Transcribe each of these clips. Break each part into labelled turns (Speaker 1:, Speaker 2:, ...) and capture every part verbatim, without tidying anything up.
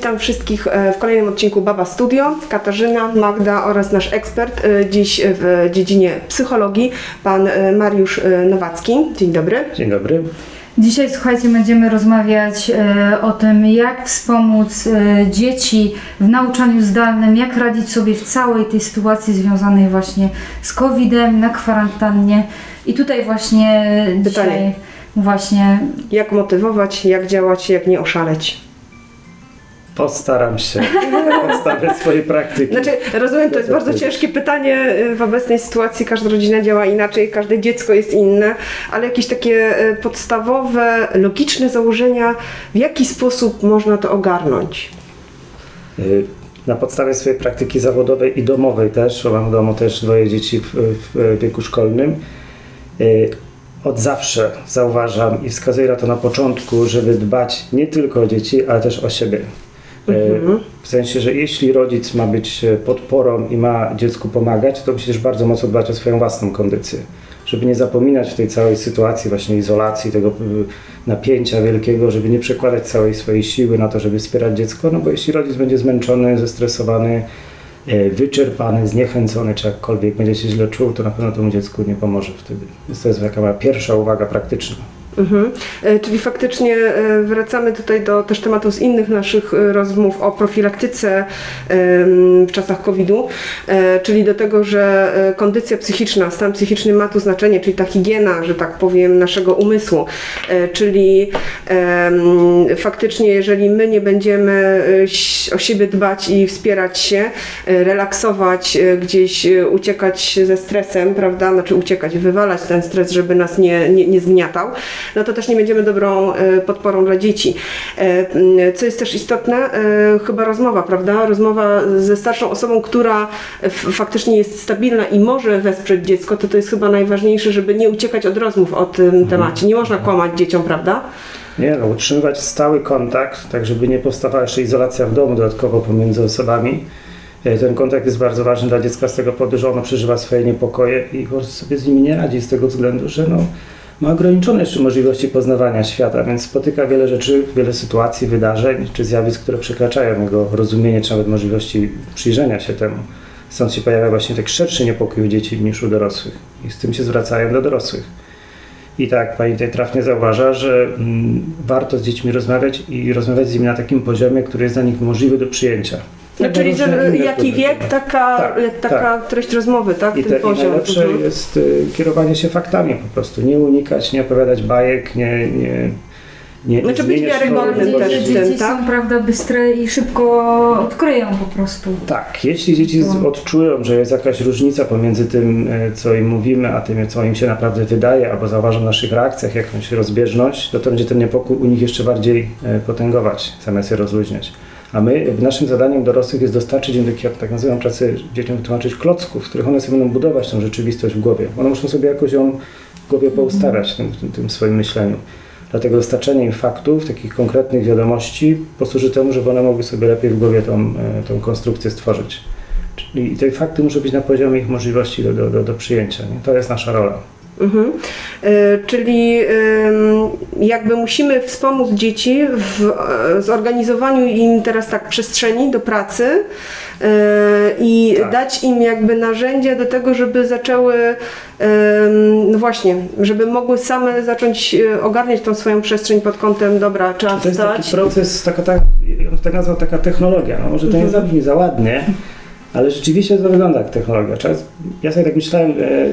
Speaker 1: Witam wszystkich w kolejnym odcinku Baba Studio. Katarzyna, Magda oraz nasz ekspert dziś w dziedzinie psychologii, pan Mariusz Nowacki. Dzień dobry.
Speaker 2: Dzień dobry.
Speaker 3: Dzisiaj, słuchajcie, będziemy rozmawiać e, o tym, jak wspomóc e, dzieci w nauczaniu zdalnym, jak radzić sobie w całej tej sytuacji związanej właśnie z kowidem, na kwarantannie. I tutaj właśnie
Speaker 1: Pytanie.
Speaker 3: dzisiaj właśnie...
Speaker 1: Jak motywować, jak działać, jak nie oszaleć?
Speaker 2: Postaram się. Podstawię swojej praktyki.
Speaker 1: Znaczy, rozumiem, to jest bardzo ciężkie pytanie. W obecnej sytuacji każda rodzina działa inaczej, każde dziecko jest inne, ale jakieś takie podstawowe, logiczne założenia, w jaki sposób można to ogarnąć?
Speaker 2: Na podstawie swojej praktyki zawodowej i domowej też, bo mam w domu też dwoje dzieci w, w wieku szkolnym, od zawsze zauważam i wskazuję na to na początku, żeby dbać nie tylko o dzieci, ale też o siebie. Mhm. W sensie, że jeśli rodzic ma być podporą i ma dziecku pomagać, to musi też bardzo mocno dbać o swoją własną kondycję. Żeby nie zapominać w tej całej sytuacji właśnie izolacji, tego napięcia wielkiego, żeby nie przekładać całej swojej siły na to, żeby wspierać dziecko, no bo jeśli rodzic będzie zmęczony, zestresowany, wyczerpany, zniechęcony, czy jakkolwiek będzie się źle czuł, to na pewno temu dziecku nie pomoże wtedy. Więc to jest taka moja pierwsza uwaga praktyczna.
Speaker 1: Mhm. Czyli faktycznie wracamy tutaj do też tematu z innych naszych rozmów o profilaktyce w czasach kowida, czyli do tego, że kondycja psychiczna, stan psychiczny ma tu znaczenie, czyli ta higiena, że tak powiem, naszego umysłu, czyli faktycznie jeżeli my nie będziemy o siebie dbać i wspierać się, relaksować, gdzieś uciekać ze stresem, prawda, znaczy uciekać, wywalać ten stres, żeby nas nie, nie, nie zgniatał, no to też nie będziemy dobrą podporą dla dzieci. Co jest też istotne, chyba rozmowa, prawda? Rozmowa ze starszą osobą, która faktycznie jest stabilna i może wesprzeć dziecko, to to jest chyba najważniejsze, żeby nie uciekać od rozmów o tym mhm. temacie. Nie można kłamać dzieciom, prawda?
Speaker 2: Nie, no, utrzymywać stały kontakt, tak żeby nie powstawała jeszcze izolacja w domu dodatkowo pomiędzy osobami. Ten kontakt jest bardzo ważny dla dziecka z tego powodu, że ono przeżywa swoje niepokoje i po prostu sobie z nimi nie radzi z tego względu, że no, ma ograniczone jeszcze możliwości poznawania świata, więc spotyka wiele rzeczy, wiele sytuacji, wydarzeń czy zjawisk, które przekraczają jego rozumienie czy nawet możliwości przyjrzenia się temu. Stąd się pojawia właśnie taki szerszy niepokój u dzieci niż u dorosłych i z tym się zwracają do dorosłych. I tak pani tutaj trafnie zauważa, że mm, warto z dziećmi rozmawiać i rozmawiać z nimi na takim poziomie, który jest dla nich możliwy do przyjęcia.
Speaker 1: No, czyli że jaki wiek, taka, tak, taka tak. treść rozmowy, tak?
Speaker 2: I,
Speaker 1: ten
Speaker 2: te,
Speaker 1: poziom.
Speaker 2: I najlepsze mhm. jest y, kierowanie się faktami po prostu. Nie unikać, nie opowiadać bajek, nie... nie Nie,
Speaker 1: znaczy być wiarygodnym też
Speaker 3: dzieci,
Speaker 1: tym,
Speaker 3: dzieci
Speaker 1: tak?
Speaker 3: są, prawda, bystre i szybko odkryją po prostu.
Speaker 2: Tak, jeśli dzieci to. odczują, że jest jakaś różnica pomiędzy tym, co im mówimy, a tym, co im się naprawdę wydaje, albo zauważą w naszych reakcjach jakąś rozbieżność, to to będzie ten niepokój u nich jeszcze bardziej potęgować, zamiast je rozluźniać. A my, naszym zadaniem dorosłych jest dostarczyć im, takie, tak nazywam pracy, dzieciom wytłumaczyć klocków, z których one sobie będą budować tą rzeczywistość w głowie. One muszą sobie jakoś ją w głowie poustawiać w tym, tym, tym swoim myśleniu. Dlatego dostarczenie im faktów, takich konkretnych wiadomości posłuży temu, żeby one mogły sobie lepiej w głowie tą, tą konstrukcję stworzyć. Czyli te fakty muszą być na poziomie ich możliwości do, do, do, do przyjęcia. Nie? To jest nasza rola.
Speaker 1: Mhm. Y, czyli y, jakby musimy wspomóc dzieci w y, zorganizowaniu im teraz tak przestrzeni do pracy y, i tak. dać im jakby narzędzia do tego, żeby zaczęły y, no właśnie, żeby mogły same zacząć y, ogarniać tą swoją przestrzeń pod kątem dobra, trzeba
Speaker 2: to jest
Speaker 1: wstać.
Speaker 2: taki proces, taka, tak, tak nazwał, taka technologia. No, może to nie zabrzmi za ładnie, ale rzeczywiście to wygląda jak technologia. Ja sobie tak myślałem,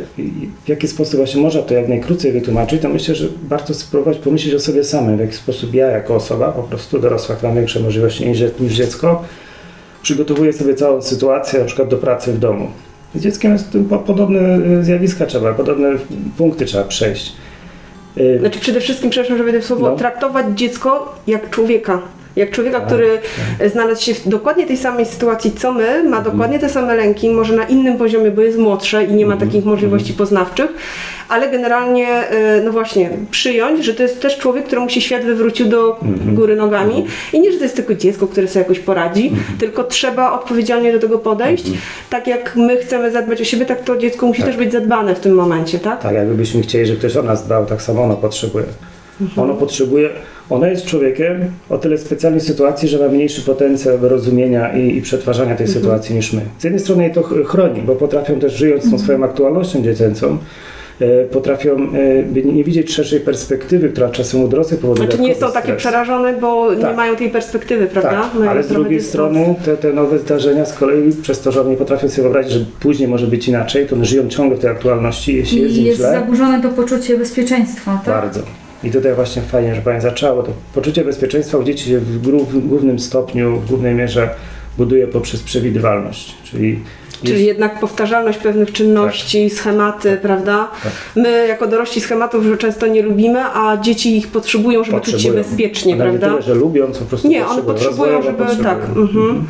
Speaker 2: w jaki sposób właśnie można to jak najkrócej wytłumaczyć, to myślę, że warto spróbować pomyśleć o sobie samym, w jaki sposób ja jako osoba, po prostu dorosła, która ma większe możliwości niż, niż dziecko, przygotowuję sobie całą sytuację, na przykład do pracy w domu. Z dzieckiem jest podobne zjawiska trzeba, podobne punkty trzeba przejść.
Speaker 1: Znaczy przede wszystkim, przepraszam, że będę słowo, no. traktować dziecko jak człowieka. Jak człowieka,
Speaker 2: tak,
Speaker 1: który
Speaker 2: tak.
Speaker 1: znalazł się w dokładnie tej samej sytuacji co my, ma dokładnie te same lęki, może na innym poziomie, bo jest młodsze i nie ma takich możliwości poznawczych, ale generalnie, no właśnie, przyjąć, że to jest też człowiek, któremu się świat wywrócił do góry nogami i nie, że to jest tylko dziecko, które sobie jakoś poradzi, tylko trzeba odpowiedzialnie do tego podejść. Tak jak my chcemy zadbać o siebie, tak to dziecko musi tak. też być zadbane w tym momencie, tak?
Speaker 2: Tak, jakbyśmy chcieli, żeby ktoś o nas dbał, tak samo ono potrzebuje. Mhm. Ono potrzebuje, ono jest człowiekiem o tyle specjalnej sytuacji, że ma mniejszy potencjał rozumienia i, i przetwarzania tej mhm. sytuacji niż my. Z jednej strony je to chroni, bo potrafią też, żyjąc z tą swoją aktualnością dziecięcą, potrafią nie widzieć szerszej perspektywy, która czasem u dorosłych powoduje.
Speaker 1: Znaczy nie są takie
Speaker 2: stres.
Speaker 1: przerażone, bo
Speaker 2: tak.
Speaker 1: nie mają tej perspektywy, prawda?
Speaker 2: Tak, no ale z drugiej strony te, te nowe zdarzenia z kolei przez to, że oni nie potrafią sobie wyobrazić, że później może być inaczej, to one żyją ciągle w tej aktualności, jeśli jest im
Speaker 3: jest
Speaker 2: źle.
Speaker 3: zaburzone to poczucie bezpieczeństwa, tak?
Speaker 2: Bardzo. I tutaj właśnie fajnie, że Pani zaczęła, to poczucie bezpieczeństwa u dzieci się w głównym stopniu, w głównej mierze buduje poprzez przewidywalność, czyli
Speaker 1: Czyli jest... jednak powtarzalność pewnych czynności, tak. schematy, tak. prawda? Tak. My jako dorośli schematów często nie lubimy, a dzieci ich potrzebują, żeby czuć się bezpiecznie,
Speaker 2: a
Speaker 1: prawda?
Speaker 2: Nie tyle, że lubią, co po prostu
Speaker 1: nie, one potrzebują, żeby potrzebują. tak. Mhm. Mhm.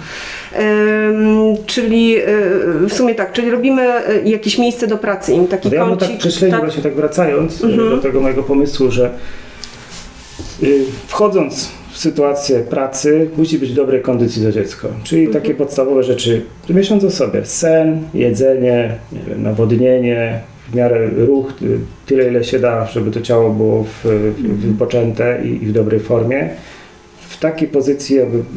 Speaker 1: Ym, czyli y, w sumie tak, czyli robimy y, jakieś miejsce do pracy im, taki
Speaker 2: ja
Speaker 1: kącik.
Speaker 2: Ja tak prześledził tak? właśnie tak wracając mhm. do tego mojego pomysłu, że y, wchodząc w sytuację pracy musi być w dobrej kondycji do dziecka. Czyli mhm. takie podstawowe rzeczy miesiąc o sobie. Sen, jedzenie, nie wiem, nawodnienie, w miarę ruch, tyle ile się da, żeby to ciało było w, w, wypoczęte i, i w dobrej formie. W takiej pozycji,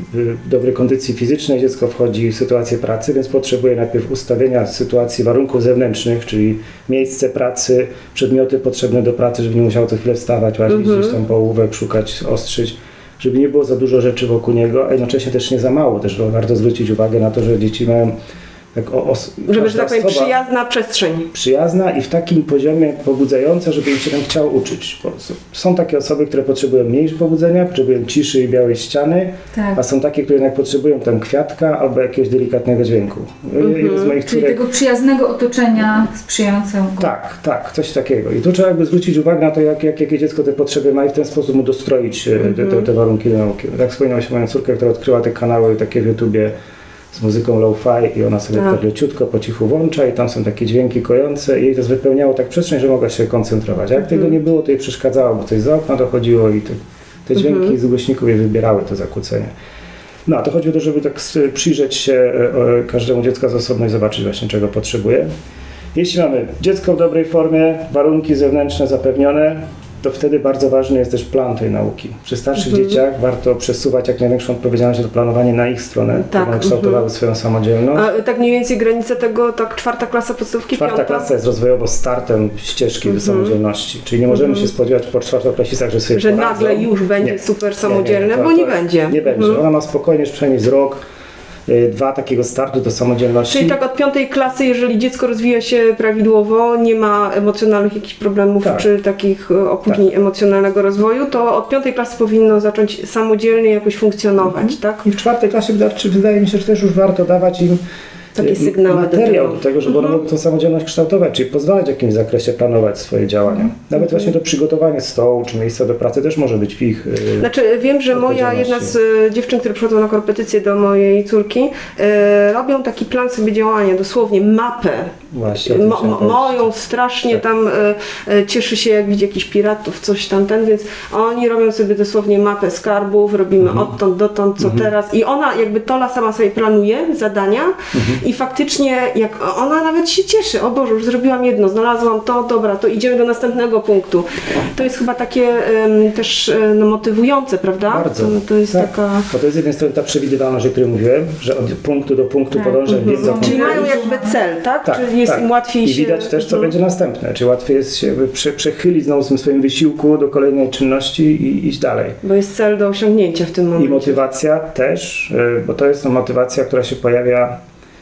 Speaker 2: w dobrej kondycji fizycznej dziecko wchodzi w sytuację pracy, więc potrzebuje najpierw ustawienia sytuacji warunków zewnętrznych, czyli miejsce pracy, przedmioty potrzebne do pracy, żeby nie musiało co chwilę wstawać, łazić mhm. gdzieś tam po ołówek, szukać, ostrzyć, żeby nie było za dużo rzeczy wokół niego, a jednocześnie też nie za mało. Też warto zwrócić uwagę na to, że dzieci mają tak o, o,
Speaker 1: żeby, że tak powiem, przyjazna przestrzeń.
Speaker 2: Przyjazna i w takim poziomie pobudzająca, żeby im się tam chciało uczyć. Bo są takie osoby, które potrzebują mniej pobudzenia, potrzebują ciszy i białej ściany, tak. a są takie, które jednak potrzebują tam kwiatka albo jakiegoś delikatnego dźwięku.
Speaker 3: Mm-hmm. Z moich Czyli córek... tego przyjaznego otoczenia sprzyjającego.
Speaker 2: Tak, tak, coś takiego. I tu trzeba jakby zwrócić uwagę na to, jak, jak, jakie dziecko te potrzeby ma i w ten sposób mu dostroić mm-hmm. te, te, te warunki do nauki. Tak wspomniała się moja córka, która odkryła te kanały takie w YouTubie z muzyką lo-fi i ona sobie tak leciutko, po cichu włącza i tam są takie dźwięki kojące i jej to wypełniało tak przestrzeń, że mogła się koncentrować. A jak mm. tego nie było, to jej przeszkadzało, bo coś z okna dochodziło i te, te dźwięki mm-hmm. z głośników jej wybierały to zakłócenie. No a to chodzi o to, żeby tak przyjrzeć się każdemu dziecku z osobna i zobaczyć właśnie, czego potrzebuje. Jeśli mamy dziecko w dobrej formie, warunki zewnętrzne zapewnione, to wtedy bardzo ważny jest też plan tej nauki. Przy starszych mhm. dzieciach warto przesuwać jak największą odpowiedzialność do planowania na ich stronę, tak, żeby one kształtowały mhm. swoją samodzielność.
Speaker 1: A tak mniej więcej granica tego, tak czwarta klasa podstawówki,
Speaker 2: Czwarta
Speaker 1: piąta?
Speaker 2: klasa jest rozwojowo startem ścieżki mhm. do samodzielności, czyli nie możemy mhm. się spodziewać po czwartoklasistach, że sobie
Speaker 1: Że
Speaker 2: poradzą.
Speaker 1: nagle już będzie nie. super samodzielne, nie, nie, to,
Speaker 2: bo
Speaker 1: nie będzie.
Speaker 2: Nie będzie. Mhm. Ona ma spokojnie już przynajmniej z rok, dwa takiego startu do samodzielności.
Speaker 1: Czyli tak od piątej klasy, jeżeli dziecko rozwija się prawidłowo, nie ma emocjonalnych jakichś problemów tak. czy takich opóźnień tak. emocjonalnego rozwoju, to od piątej klasy powinno zacząć samodzielnie jakoś funkcjonować, mhm. tak?
Speaker 2: I w czwartej klasie wydaje mi się, że też już warto dawać im
Speaker 1: takie sygnały
Speaker 2: materiał do tego, do tego żeby
Speaker 1: mhm.
Speaker 2: one mogły tę samodzielność kształtować, czyli pozwalać w jakimś zakresie planować swoje działania. Mhm. Nawet właśnie to przygotowanie stołu czy miejsca do pracy też może być w ich
Speaker 1: Znaczy wiem, że moja jedna z y, dziewczyn, które przychodzą na korepetycje do mojej córki, y, robią taki plan sobie działania, dosłownie mapę.
Speaker 2: Właśnie,
Speaker 1: Mo, mo, moją strasznie tak. tam y, y, cieszy się, jak widzi jakichś piratów, coś tam ten, więc oni robią sobie dosłownie mapę skarbów, robimy mhm. odtąd dotąd, co mhm. teraz i ona jakby Tola sama sobie planuje zadania mhm. i faktycznie jak ona nawet się cieszy, o Boże, już zrobiłam jedno, znalazłam to, dobra, to idziemy do następnego punktu. To jest chyba takie um, też no, motywujące, prawda?
Speaker 2: Bardzo.
Speaker 1: To, to jest
Speaker 2: tak.
Speaker 1: taka...
Speaker 2: Bo to jest z jednej strony ta przewidywalność, o której mówiłem, że od punktu do punktu tak. podążam, mhm. wiedzą.
Speaker 1: Czyli mają jakby cel, tak?
Speaker 2: tak
Speaker 1: Czyli jest
Speaker 2: tak.
Speaker 1: im łatwiej
Speaker 2: I
Speaker 1: się...
Speaker 2: widać też, co
Speaker 1: mhm.
Speaker 2: będzie następne, czy łatwiej jest się prze, przechylić znowu w tym swoim wysiłku do kolejnej czynności i iść dalej.
Speaker 1: Bo jest cel do osiągnięcia w tym momencie.
Speaker 2: I motywacja też, bo to jest motywacja, która się pojawia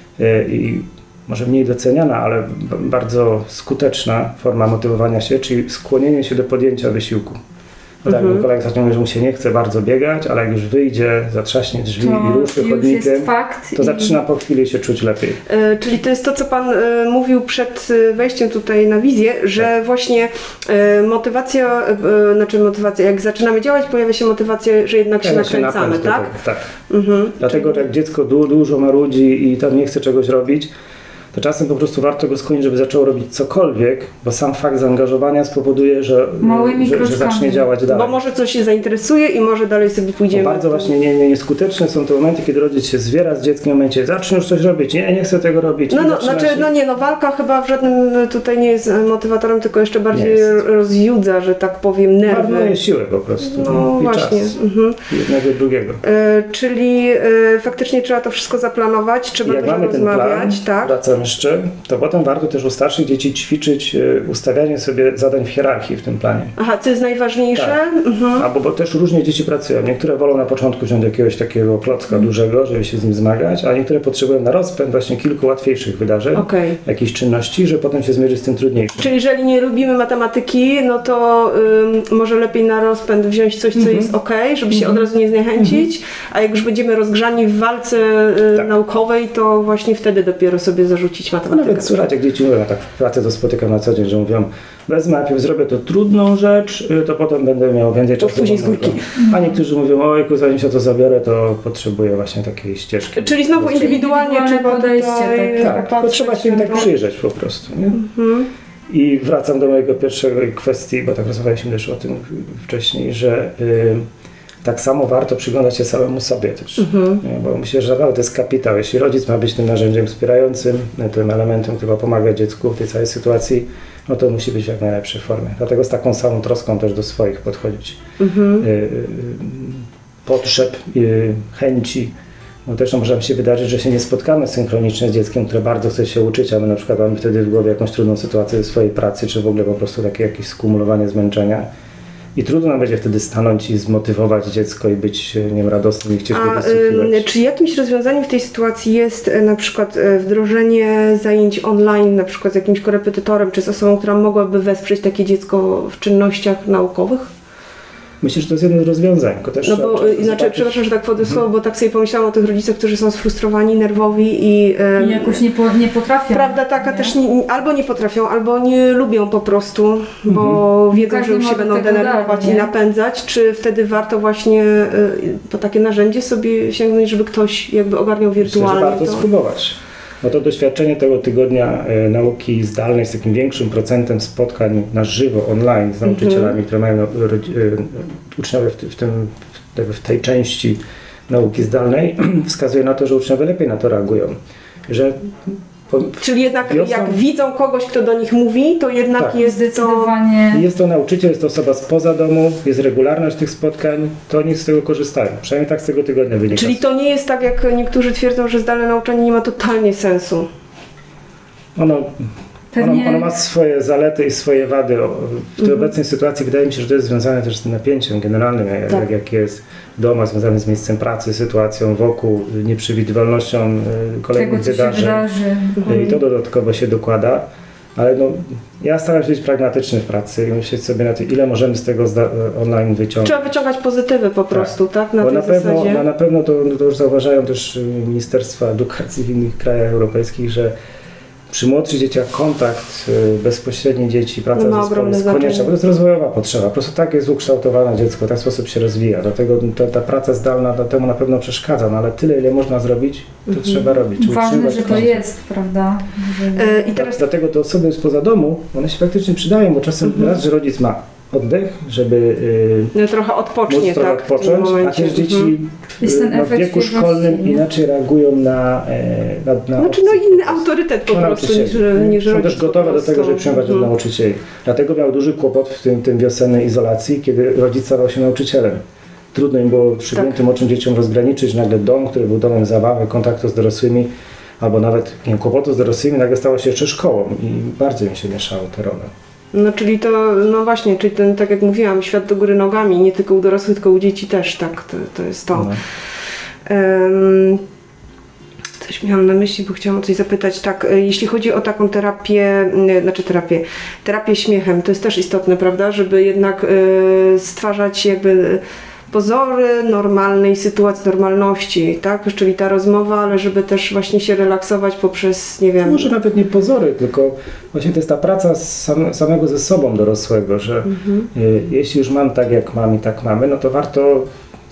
Speaker 2: i może mniej doceniana, ale bardzo skuteczna forma motywowania się, czyli skłonienie się do podjęcia wysiłku. Bo tak, mhm. kolega zaczął mówić, że mu się nie chce bardzo biegać, ale jak już wyjdzie, zatrzaśnie drzwi to i ruszy chodnikiem, to i... zaczyna po chwili się czuć lepiej.
Speaker 1: E, czyli to jest to, co Pan e, mówił przed wejściem tutaj na wizję, że tak. właśnie e, motywacja, e, znaczy motywacja, jak zaczynamy działać, pojawia się motywacja, że jednak ja się nakręcamy, się tak?
Speaker 2: Tak. tak. Mhm. Dlatego, że jak dziecko du- dużo marudzi i tam nie chce czegoś robić, to czasem po prostu warto go skłonić, żeby zaczął robić cokolwiek, bo sam fakt zaangażowania spowoduje, że, że, że zacznie działać dalej.
Speaker 1: Bo może coś się zainteresuje i może dalej sobie pójdziemy.
Speaker 2: Bo bardzo właśnie nie, nie, nieskuteczne są te momenty, kiedy rodzic się zwiera z dzieckiem w momencie, zacznie już coś robić, nie, nie chcę tego robić.
Speaker 1: No, no, znaczy,
Speaker 2: się...
Speaker 1: no nie, no walka chyba w żadnym tutaj nie jest motywatorem, tylko jeszcze bardziej rozjudza, że tak powiem, nerwy.
Speaker 2: Marnuje siłę po prostu.
Speaker 1: No
Speaker 2: i
Speaker 1: właśnie.
Speaker 2: Czas.
Speaker 1: Mhm.
Speaker 2: Jednego i drugiego.
Speaker 1: E, czyli e, faktycznie trzeba to wszystko zaplanować, trzeba
Speaker 2: jak
Speaker 1: dużo
Speaker 2: mamy
Speaker 1: rozmawiać.
Speaker 2: Ten plan,
Speaker 1: tak?
Speaker 2: wracam jeszcze, to potem warto też u starszych dzieci ćwiczyć ustawianie sobie zadań w hierarchii w tym planie.
Speaker 1: Aha, to jest najważniejsze?
Speaker 2: Tak.
Speaker 1: Mhm.
Speaker 2: Albo bo też różnie dzieci pracują. Niektóre wolą na początku wziąć jakiegoś takiego klocka mhm. dużego, żeby się z nim zmagać, a niektóre potrzebują na rozpęd właśnie kilku łatwiejszych wydarzeń,
Speaker 1: okay.
Speaker 2: jakichś czynności, żeby potem się zmierzyć z tym trudniejszym.
Speaker 1: Czyli jeżeli nie lubimy matematyki, no to ym, może lepiej na rozpęd wziąć coś, co mhm. jest ok, żeby się mhm. od razu nie zniechęcić, mhm. a jak już będziemy rozgrzani w walce y, tak. naukowej, to właśnie wtedy dopiero sobie zarzucić matematykę.
Speaker 2: Nawet słuchajcie, jak dzieci mówią, tak w pracy to spotykam na co dzień, że mówią, wezmę, najpierw zrobię to trudną rzecz, to potem będę miał więcej czasu.
Speaker 1: Później z górki.
Speaker 2: A niektórzy mówią, ojku, zanim się to zabiorę, to potrzebuję właśnie takiej ścieżki.
Speaker 1: Czyli znowu indywidualnie, indywidualnie trzeba
Speaker 3: podejście.
Speaker 1: Tutaj
Speaker 2: tak, tak to trzeba się im tak przyjrzeć po prostu. Nie? Mhm. I wracam do mojego pierwszego kwestii, bo tak rozmawialiśmy też o tym wcześniej, że y, tak samo warto przyglądać się samemu sobie też, mhm. bo myślę, że naprawdę to jest kapitał. Jeśli rodzic ma być tym narzędziem wspierającym, tym elementem, który pomaga dziecku w tej całej sytuacji, no to musi być w jak najlepszej formie. Dlatego z taką samą troską też do swoich podchodzić. Mhm. Y, y, potrzeb, y, chęci. No też no, może się wydarzyć, że się nie spotkamy synchronicznie z dzieckiem, które bardzo chce się uczyć, a my na przykład mamy wtedy w głowie jakąś trudną sytuację w swojej pracy, czy w ogóle po prostu takie jakieś skumulowanie zmęczenia. I trudno nam będzie wtedy stanąć i zmotywować dziecko i być nie wiem, radosnym i chcieć go wysłuchiwać.
Speaker 1: A czy jakimś rozwiązaniem w tej sytuacji jest na przykład wdrożenie zajęć online, na przykład z jakimś korepetytorem, czy z osobą, która mogłaby wesprzeć takie dziecko w czynnościach naukowych?
Speaker 2: Myślę, że to jest jedno z rozwiązań. Tylko też
Speaker 1: no bo, znaczy, przepraszam, że tak wchodzę w słowo, bo tak sobie pomyślałam o tych rodzicach, którzy są sfrustrowani, nerwowi i...
Speaker 3: I jakoś nie, nie potrafią.
Speaker 1: Prawda taka nie? też nie, albo nie potrafią, albo nie lubią po prostu, bo mhm. wiedzą, Każdy że już się będą denerwować dar, i napędzać. Czy wtedy warto właśnie po takie narzędzie sobie sięgnąć, żeby ktoś jakby ogarniał wirtualnie?
Speaker 2: Myślę, że warto
Speaker 1: to...
Speaker 2: spróbować. No to doświadczenie tego tygodnia e, nauki zdalnej z takim większym procentem spotkań na żywo, online z nauczycielami, mm-hmm. które mają e, e, uczniowie w, w, tym, w tej części nauki zdalnej, wskazuje na to, że uczniowie lepiej na to reagują. Że po,
Speaker 1: Czyli jednak wiosną, jak widzą kogoś, kto do nich mówi, to jednak tak. jest
Speaker 3: zdecydowanie...
Speaker 2: To... Jest to nauczyciel, jest to osoba spoza domu, jest regularność tych spotkań, to oni z tego korzystają. Przynajmniej tak z tego tygodnia wynika.
Speaker 1: Czyli to nie jest tak, jak niektórzy twierdzą, że zdalne nauczanie nie ma totalnie sensu.
Speaker 2: Ono, ono, ono ma swoje zalety i swoje wady. W tej mhm. obecnej sytuacji wydaje mi się, że to jest związane też z tym napięciem generalnym, jak, tak. jak jest w domu, związane z miejscem pracy, sytuacją wokół, nieprzewidywalnością kolejnych
Speaker 3: tego,
Speaker 2: wydarzeń.
Speaker 3: Mhm.
Speaker 2: I to dodatkowo się dokłada. Ale no, ja staram się być pragmatyczny w pracy i myśleć sobie na to, ile możemy z tego online wyciągnąć.
Speaker 1: Trzeba wyciągać pozytywy po prostu, tak? tak? Na
Speaker 2: Bo
Speaker 1: tej
Speaker 2: na pewno,
Speaker 1: zasadzie.
Speaker 2: Na, na pewno to, to już zauważają też Ministerstwa Edukacji w innych krajach europejskich, że przy młodszych dzieciach kontakt bezpośredni dzieci, praca
Speaker 1: no
Speaker 2: zespołu jest konieczna, bo to jest rozwojowa potrzeba. Po prostu tak jest ukształtowane dziecko, w ten sposób się rozwija. Dlatego ta, ta praca zdalna do temu na pewno przeszkadza, no ale tyle, ile można zrobić, to mhm. trzeba robić.
Speaker 3: Ważne, że to jest, prawda?
Speaker 1: Że... I teraz...
Speaker 2: Dlatego te osoby spoza domu, one się faktycznie przydają, bo czasem mhm. raz, że rodzic ma oddech, żeby yy,
Speaker 1: no, trochę odpocznie,
Speaker 2: móc trochę
Speaker 1: tak,
Speaker 2: odpocząć, a też dzieci
Speaker 3: mhm.
Speaker 2: no, w wieku szkolnym nie? inaczej reagują na, na, na
Speaker 1: Znaczy no inny autorytet po prostu niż, niż
Speaker 2: Są też gotowe do tego, żeby przyjmować mhm. od nauczycieli. Dlatego miał duży kłopot w tym, tym wiosennej izolacji, kiedy rodzic stawał się nauczycielem. Trudno im było przygniętym tak. oczom dzieciom rozgraniczyć nagle dom, który był domem zabawy, kontaktu z dorosłymi, albo nawet nie wiem, kłopotu z dorosłymi, nagle stało się jeszcze szkołą i bardzo im się mieszały te role.
Speaker 1: No czyli to, no właśnie, czyli ten, tak jak mówiłam, świat do góry nogami, nie tylko u dorosłych, tylko u dzieci też, tak, to, to jest to. No. Um, coś miałam na myśli, bo chciałam o coś zapytać, tak, jeśli chodzi o taką terapię, znaczy terapię, terapię śmiechem, to jest też istotne, prawda, żeby jednak y, stwarzać jakby pozory normalnej sytuacji, normalności, tak? Czyli ta rozmowa, ale żeby też właśnie się relaksować poprzez, nie wiem...
Speaker 2: Może nawet nie pozory, tylko właśnie to jest ta praca sam, samego ze sobą dorosłego, że mhm. y, jeśli już mam tak jak mam i tak mamy, no to warto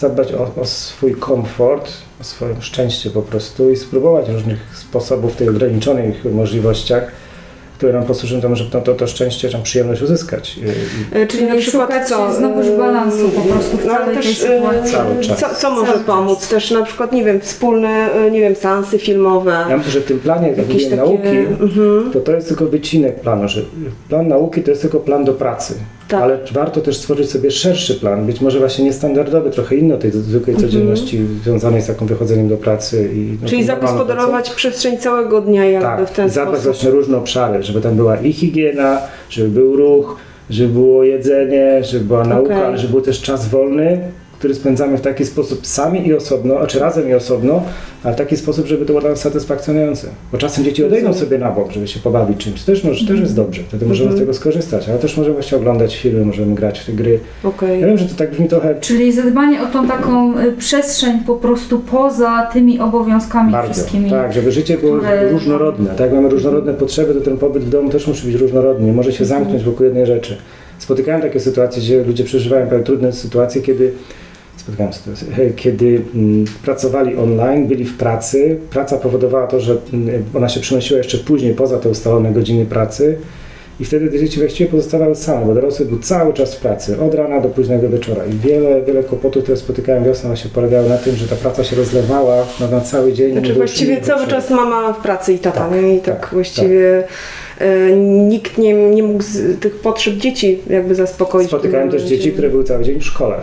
Speaker 2: zadbać o, o swój komfort, o swoje szczęście po prostu i spróbować różnych sposobów w tych ograniczonych możliwościach, które nam posłużą temu, żeby to, to, to szczęście, tam przyjemność uzyskać. I,
Speaker 3: i... Czyli na przykład szukać co? Znowuż balansu po prostu w całej tej sytuacji.
Speaker 2: Cały czas.
Speaker 1: Co, co może Cały pomóc? Czas. Też na przykład, nie wiem, wspólne, nie wiem, seansy filmowe.
Speaker 2: Ja myślę, że w tym planie, jak mówię, takie... nauki, mhm. to to jest tylko wycinek planu, że plan nauki to jest tylko plan do pracy. Tak. Ale warto też stworzyć sobie szerszy plan, być może właśnie niestandardowy, trochę inny od tej zwykłej codzienności mm. związanej z taką wychodzeniem do pracy. I, no,
Speaker 1: czyli zagospodarować przestrzeń całego dnia jakby
Speaker 2: tak,
Speaker 1: w ten
Speaker 2: sposób. Zadbać właśnie różne obszary, żeby tam była i higiena, żeby był ruch, żeby było jedzenie, żeby była nauka, okay. ale żeby był też czas wolny, który spędzamy w taki sposób sami i osobno, czy razem i osobno, ale w taki sposób, żeby to było dla nas satysfakcjonujące. Bo czasem dzieci odejdą sobie na bok, żeby się pobawić czymś. Też, może, też jest dobrze, wtedy możemy mm-hmm. z tego skorzystać, ale też możemy właśnie oglądać filmy, możemy grać w te gry. Okay. Ja wiem, że to tak brzmi trochę...
Speaker 3: Czyli zadbanie o tą taką przestrzeń po prostu poza tymi obowiązkami
Speaker 2: Bardzo,
Speaker 3: wszystkimi.
Speaker 2: Tak, żeby życie było które... różnorodne. Tak jak mamy różnorodne potrzeby, to ten pobyt w domu też musi być różnorodny. Nie może się zamknąć wokół jednej rzeczy. Spotykałem takie sytuacje, gdzie ludzie przeżywają pewne trudne sytuacje, kiedy Spotkałem sytuację, kiedy m, pracowali online, byli w pracy. Praca powodowała to, że m, ona się przenosiła jeszcze później, poza te ustalone godziny pracy i wtedy te dzieci właściwie pozostawały same, bo dorosły był cały czas w pracy, od rana do późnego wieczora i wiele, wiele kłopotów, które spotykałem wiosną, właśnie polegały na tym, że ta praca się rozlewała na, na cały dzień.
Speaker 1: Znaczy właściwie cały czas mama w pracy i tata, tak, nie? I tak, tak właściwie tak. E, nikt nie, nie mógł z tych potrzeb dzieci jakby zaspokoić.
Speaker 2: Spotykałem też dzieci, które były cały dzień w szkole.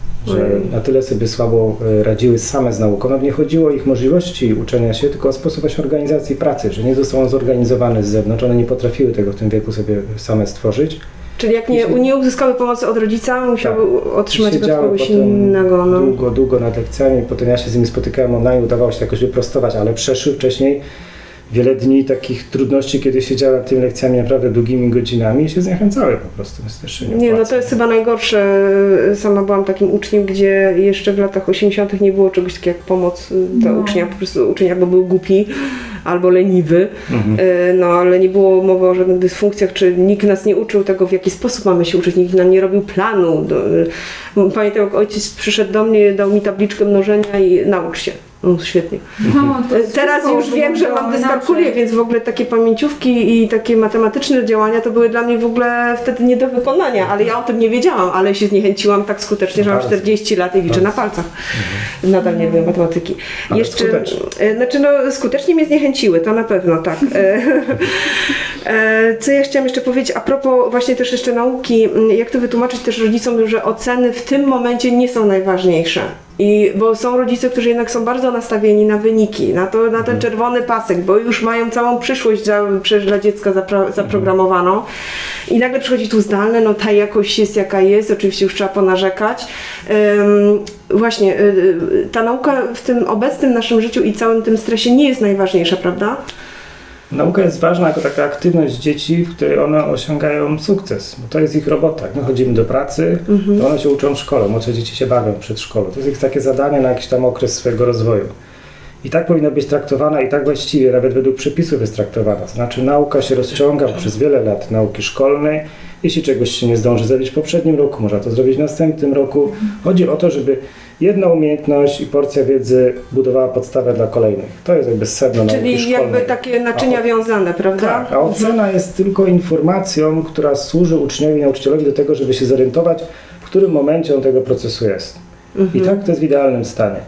Speaker 2: Że na tyle sobie słabo radziły same z nauką. No nie chodziło o ich możliwości uczenia się, tylko o sposób właśnie organizacji pracy, że nie zostało zorganizowane z zewnątrz, one nie potrafiły tego w tym wieku sobie same stworzyć.
Speaker 1: Czyli jak nie, nie uzyskały pomocy od rodzica, musiały tak. otrzymać od kogoś innego. No.
Speaker 2: Długo, długo nad lekcjami, potem ja się z nimi spotykałem online, udawało się to jakoś wyprostować, ale przeszły wcześniej wiele dni takich trudności, kiedy siedziała nad tymi lekcjami naprawdę długimi godzinami i się zniechęcały po prostu. Też nie,
Speaker 1: nie, no to jest chyba najgorsze. Sama byłam takim uczniem, gdzie jeszcze w latach osiemdziesiątych nie było czegoś takiego jak pomoc dla no. ucznia. Po prostu uczeń albo był głupi, albo leniwy. Mhm. No ale nie było mowy o żadnych dysfunkcjach, czy nikt nas nie uczył tego, w jaki sposób mamy się uczyć. Nikt nam nie robił planu. Pamiętam, jak ojciec przyszedł do mnie, dał mi tabliczkę mnożenia i naucz się. No, świetnie. No, teraz już wiem, że mam dyskalkulię, więc w ogóle takie pamięciówki i takie matematyczne działania to były dla mnie w ogóle wtedy nie do wykonania, ale ja o tym nie wiedziałam, ale się zniechęciłam tak skutecznie, że mam czterdzieści lat i liczę na palcach. Mhm. Nadal nie wiem matematyki.
Speaker 2: Ale Jeszcze, skutecznie.
Speaker 1: Znaczy no skutecznie mnie zniechęciły, to na pewno, tak. Co ja chciałam jeszcze powiedzieć, a propos właśnie też jeszcze nauki, jak to wytłumaczyć też rodzicom, że oceny w tym momencie nie są najważniejsze. I, bo są rodzice, którzy jednak są bardzo nastawieni na wyniki, na, to, na ten czerwony pasek, bo już mają całą przyszłość za, dla dziecka zapra, zaprogramowaną i nagle przychodzi tu zdalne, no ta jakość jest jaka jest, oczywiście już trzeba ponarzekać. Um, właśnie, y, ta nauka w tym obecnym naszym życiu i całym tym stresie nie jest najważniejsza, prawda?
Speaker 2: Nauka jest ważna jako taka aktywność dzieci, w której one osiągają sukces, bo to jest ich robota. Jak my chodzimy do pracy, mm-hmm. to one się uczą w szkole, młodsze dzieci się bawią w przedszkolu. To jest ich takie zadanie na jakiś tam okres swojego rozwoju. I tak powinna być traktowana i tak właściwie, nawet według przepisów jest traktowana. To znaczy nauka się rozciąga przez wiele lat nauki szkolnej. Jeśli czegoś się nie zdąży zrobić w poprzednim roku, można to zrobić w następnym roku. Chodzi o to, żeby jedna umiejętność i porcja wiedzy budowała podstawę dla kolejnych. To jest jakby sedno nauki szkolnej.
Speaker 1: Czyli jakby takie naczynia a, wiązane, prawda?
Speaker 2: Tak, a ocena jest tylko informacją, która służy uczniowi i nauczycielowi do tego, żeby się zorientować, w którym momencie on tego procesu jest. Mhm. I tak to jest w idealnym stanie.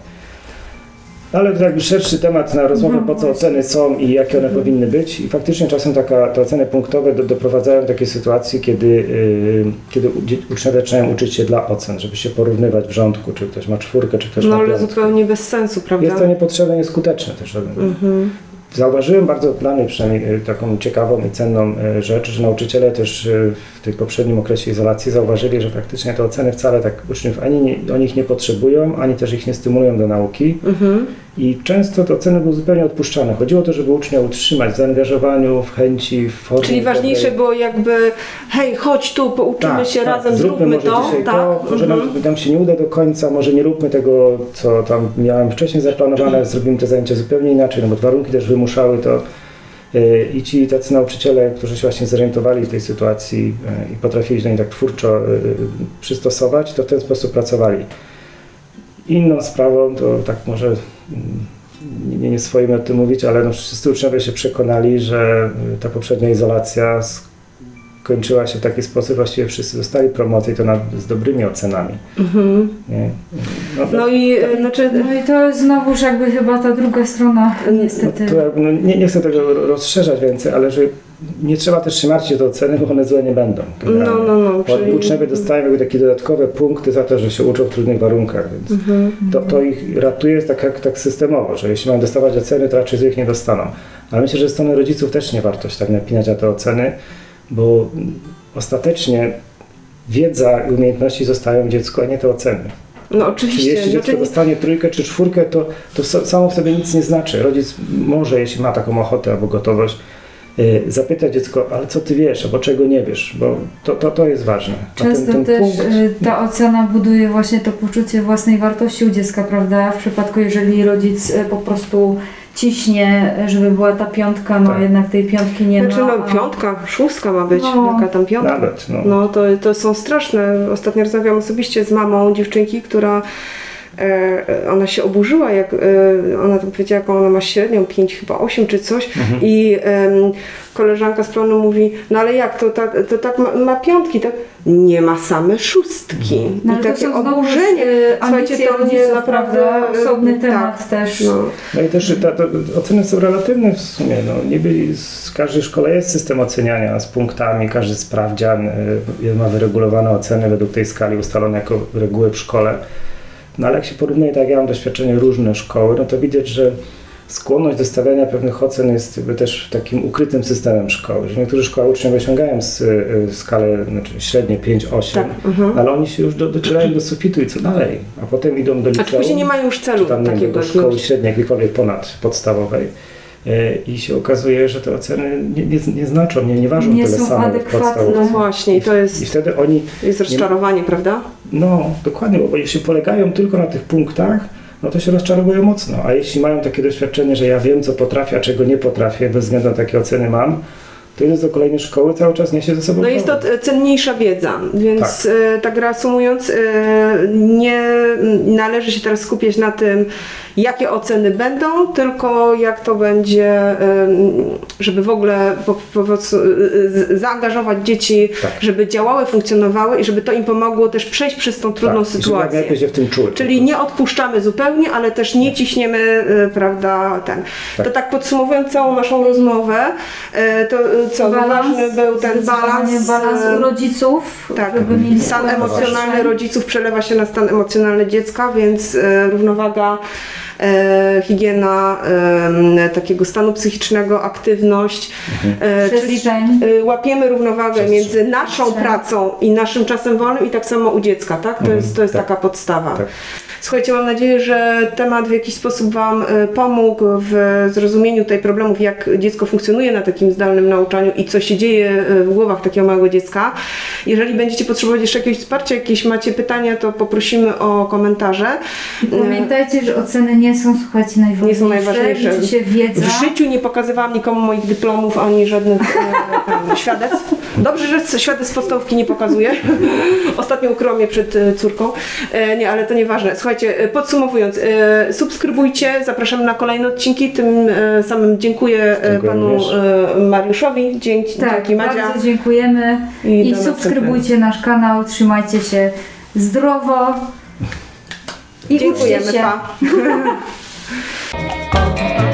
Speaker 2: Ale to jakby szerszy temat na rozmowę, po co oceny są i jakie one powinny być. I faktycznie czasem taka, te oceny punktowe do, doprowadzają do takiej sytuacji, kiedy, yy, kiedy uczniowie zaczynają uczyć się dla ocen, żeby się porównywać w rządku, czy ktoś ma czwórkę, czy ktoś
Speaker 1: no,
Speaker 2: ma
Speaker 1: piątkę.
Speaker 2: No ale
Speaker 1: zupełnie bez sensu, prawda?
Speaker 2: Jest to niepotrzebne, nieskuteczne też. Mhm. Zauważyłem bardzo dla mnie przynajmniej taką ciekawą i cenną rzecz, że nauczyciele też w tym poprzednim okresie izolacji zauważyli, że faktycznie te oceny wcale tak uczniów ani nie, o nich nie potrzebują, ani też ich nie stymulują do nauki. Mhm. I często te oceny były zupełnie odpuszczane. Chodziło o to, żeby ucznia utrzymać w zaangażowaniu, w chęci, w formie.
Speaker 1: Czyli ważniejsze dobrej. Było jakby, hej, chodź tu, pouczymy
Speaker 2: tak,
Speaker 1: się
Speaker 2: tak,
Speaker 1: razem,
Speaker 2: zróbmy,
Speaker 1: zróbmy
Speaker 2: może
Speaker 1: to.
Speaker 2: Dzisiaj
Speaker 1: tak.
Speaker 2: to może mhm. nam, nam się nie uda do końca, może nie róbmy tego, co tam miałem wcześniej zaplanowane, zrobimy te zajęcia zupełnie inaczej, no bo warunki też wymuszały to. I ci tacy nauczyciele, którzy się właśnie zorientowali w tej sytuacji i potrafili się do niej tak twórczo przystosować, to w ten sposób pracowali. Inną sprawą, to tak może nie, nie swoim o tym mówić, ale no wszyscy uczniowie się przekonali, że ta poprzednia izolacja skończyła się w taki sposób, właściwie wszyscy dostali promocję i to nad, z dobrymi ocenami.
Speaker 1: Mhm.
Speaker 2: Nie? No,
Speaker 1: No i,
Speaker 3: To,
Speaker 1: znaczy,
Speaker 3: no i to jest znowuż jakby chyba ta druga strona niestety.
Speaker 2: No, to, no, nie, nie chcę tego rozszerzać więcej, ale że nie trzeba też się martwić o oceny, bo one złe nie będą.
Speaker 1: no, no, no,
Speaker 2: Bo
Speaker 1: czyli...
Speaker 2: uczniowie dostają jakby takie dodatkowe punkty za to, że się uczą w trudnych warunkach, więc
Speaker 1: Mhm.
Speaker 2: to, to ich ratuje tak, jak, tak systemowo, że jeśli mają dostawać oceny, to raczej z ich nie dostaną. Ale myślę, że ze strony rodziców też nie warto się tak napinać na te oceny, bo ostatecznie wiedza i umiejętności zostają w dziecku, a nie te oceny.
Speaker 1: No oczywiście.
Speaker 2: Jeśli dziecko
Speaker 1: Znaczy,
Speaker 2: dostanie trójkę czy czwórkę, to, to samo w sobie nic nie znaczy. Rodzic może, jeśli ma taką ochotę albo gotowość, yy, zapytać dziecko, ale co ty wiesz, albo czego nie wiesz, bo to, to, to jest ważne. A
Speaker 3: Często
Speaker 2: ten, ten
Speaker 3: też
Speaker 2: punkt...
Speaker 3: y, ta ocena buduje właśnie to poczucie własnej wartości u dziecka, prawda? W przypadku, jeżeli rodzic y, po prostu ciśnie, żeby była ta piątka, no
Speaker 2: Tak.
Speaker 3: jednak tej piątki nie
Speaker 1: znaczy
Speaker 3: ma.
Speaker 1: no
Speaker 3: a-
Speaker 1: piątka, szóstka ma być,
Speaker 3: No.
Speaker 1: jaka tam piątka.
Speaker 2: Nawet, no.
Speaker 1: No to, to są straszne. Ostatnio rozmawiałam osobiście z mamą dziewczynki, która e, ona się oburzyła, jak e, ona tam powiedziała, jaką ona ma średnią, pięć chyba osiem czy coś
Speaker 2: Mhm.
Speaker 1: i em, koleżanka z planu mówi, no ale jak, to, ta, to tak ma, ma piątki, tak? Nie ma same szóstki.
Speaker 3: No,
Speaker 1: I
Speaker 3: ale to
Speaker 1: takie
Speaker 3: są znowu,
Speaker 1: oburzenie.
Speaker 3: y,
Speaker 1: Słuchajcie,
Speaker 3: ambicje
Speaker 1: to mnie
Speaker 3: rodziców,
Speaker 1: naprawdę...
Speaker 3: prawda? Osobny
Speaker 1: e,
Speaker 3: temat
Speaker 1: tak,
Speaker 3: też.
Speaker 1: No.
Speaker 2: No i też ta, ta, oceny są relatywne w sumie. No, niby w każdej szkole jest system oceniania z punktami, każdy sprawdzian y, ma wyregulowane oceny według tej skali ustalone jako reguły w szkole. No ale jak się porównuje, tak jak ja mam doświadczenie różne szkoły, no to widać, że skłonność do stawiania pewnych ocen jest jakby też takim ukrytym systemem szkoły. Że niektórzy szkoły uczniowie osiągają z, y, skalę znaczy średnie pięć osiem,
Speaker 1: Tak, mhm.
Speaker 2: ale oni się już do, docierają do sufitu i co dalej? A potem idą do liceum.
Speaker 1: A później nie mają już celu
Speaker 2: czy tam, nie wiem,
Speaker 1: takiego.
Speaker 2: do szkoły średniej, jakiejkolwiek ponadpodstawowej. E, I się okazuje, że te oceny nie, nie, nie znaczą, nie, nie ważą
Speaker 3: Nie
Speaker 2: tyle
Speaker 3: są
Speaker 2: samo jak
Speaker 3: adekwatne.
Speaker 2: podstawowe.
Speaker 1: No właśnie, i to
Speaker 2: I
Speaker 1: jest,
Speaker 2: wtedy oni,
Speaker 1: jest rozczarowanie, prawda?
Speaker 2: no dokładnie, bo jeśli polegają tylko na tych punktach, no to się rozczarowują mocno. A jeśli mają takie doświadczenie, że ja wiem, co potrafię, a czego nie potrafię, bez względu na takie oceny mam, to idąc do kolejnej szkoły cały czas niesie ze sobą
Speaker 1: No jest to
Speaker 2: problem.
Speaker 1: t- cenniejsza wiedza, więc tak, tak reasumując, e, nie należy się teraz skupiać na tym, jakie oceny będą, tylko jak to będzie, e, żeby w ogóle po, po prostu e, z- zaangażować dzieci,
Speaker 2: Tak.
Speaker 1: żeby działały, funkcjonowały i żeby to im pomogło też przejść przez tą trudną
Speaker 2: Tak, i żeby jak
Speaker 1: sytuację.
Speaker 2: najlepiej się w tym czuły.
Speaker 1: Czyli nie odpuszczamy zupełnie, ale też nie ciśniemy, e, prawda, ten.
Speaker 2: Tak.
Speaker 1: To tak podsumowując całą naszą rozmowę, e, to e, co, ważny był ten
Speaker 3: zdecydowanie
Speaker 1: balans,
Speaker 3: balans
Speaker 1: e,
Speaker 3: u rodziców,
Speaker 1: tak,
Speaker 3: żeby mieli
Speaker 1: stan
Speaker 3: swoje
Speaker 1: emocjonalny
Speaker 3: potrzeby.
Speaker 1: rodziców przelewa się na stan emocjonalny dziecka, więc e, równowaga, e, higiena e, takiego stanu psychicznego, aktywność, e, czyli
Speaker 3: Przestrzeń.
Speaker 1: e, łapiemy równowagę
Speaker 2: Przestrzeń.
Speaker 1: między naszą
Speaker 3: Przestrzeń.
Speaker 1: pracą i naszym czasem wolnym i tak samo u dziecka, tak? To
Speaker 2: Mhm,
Speaker 1: jest, to jest
Speaker 2: tak.
Speaker 1: taka podstawa.
Speaker 2: Tak.
Speaker 1: Słuchajcie, mam nadzieję, że temat w jakiś sposób Wam e, pomógł w zrozumieniu tutaj problemów, jak dziecko funkcjonuje na takim zdalnym nauczaniu i co się dzieje e, w głowach takiego małego dziecka. Jeżeli będziecie potrzebować jeszcze jakiegoś wsparcia, jakieś macie pytania, to poprosimy o komentarze.
Speaker 3: I pamiętajcie, że oceny nie są, słuchajcie, najważniejsze.
Speaker 1: Nie są najważniejsze.
Speaker 3: Liczy się wiedza.
Speaker 1: W życiu nie pokazywałam nikomu moich dyplomów ani żadnych e, tam, świadectw. Dobrze, że świadectw podstawówki nie pokazuję. Ostatnio ukryłam je przed e, córką. E, nie, ale to nieważne. Słuchajcie, e, podsumowując, e, subskrybujcie, zapraszamy na kolejne odcinki. Tym e, samym dziękuję e,
Speaker 2: Dziękuję
Speaker 1: panu
Speaker 2: również.
Speaker 1: e, Mariuszowi. Dzięki,
Speaker 3: Tak,
Speaker 1: dzięki Madzia.
Speaker 3: bardzo dziękujemy
Speaker 1: I
Speaker 3: i,
Speaker 1: do
Speaker 3: subskrybujcie nasz kanał, trzymajcie się zdrowo i
Speaker 1: Dziękujemy,
Speaker 3: uczcie się.
Speaker 1: pa.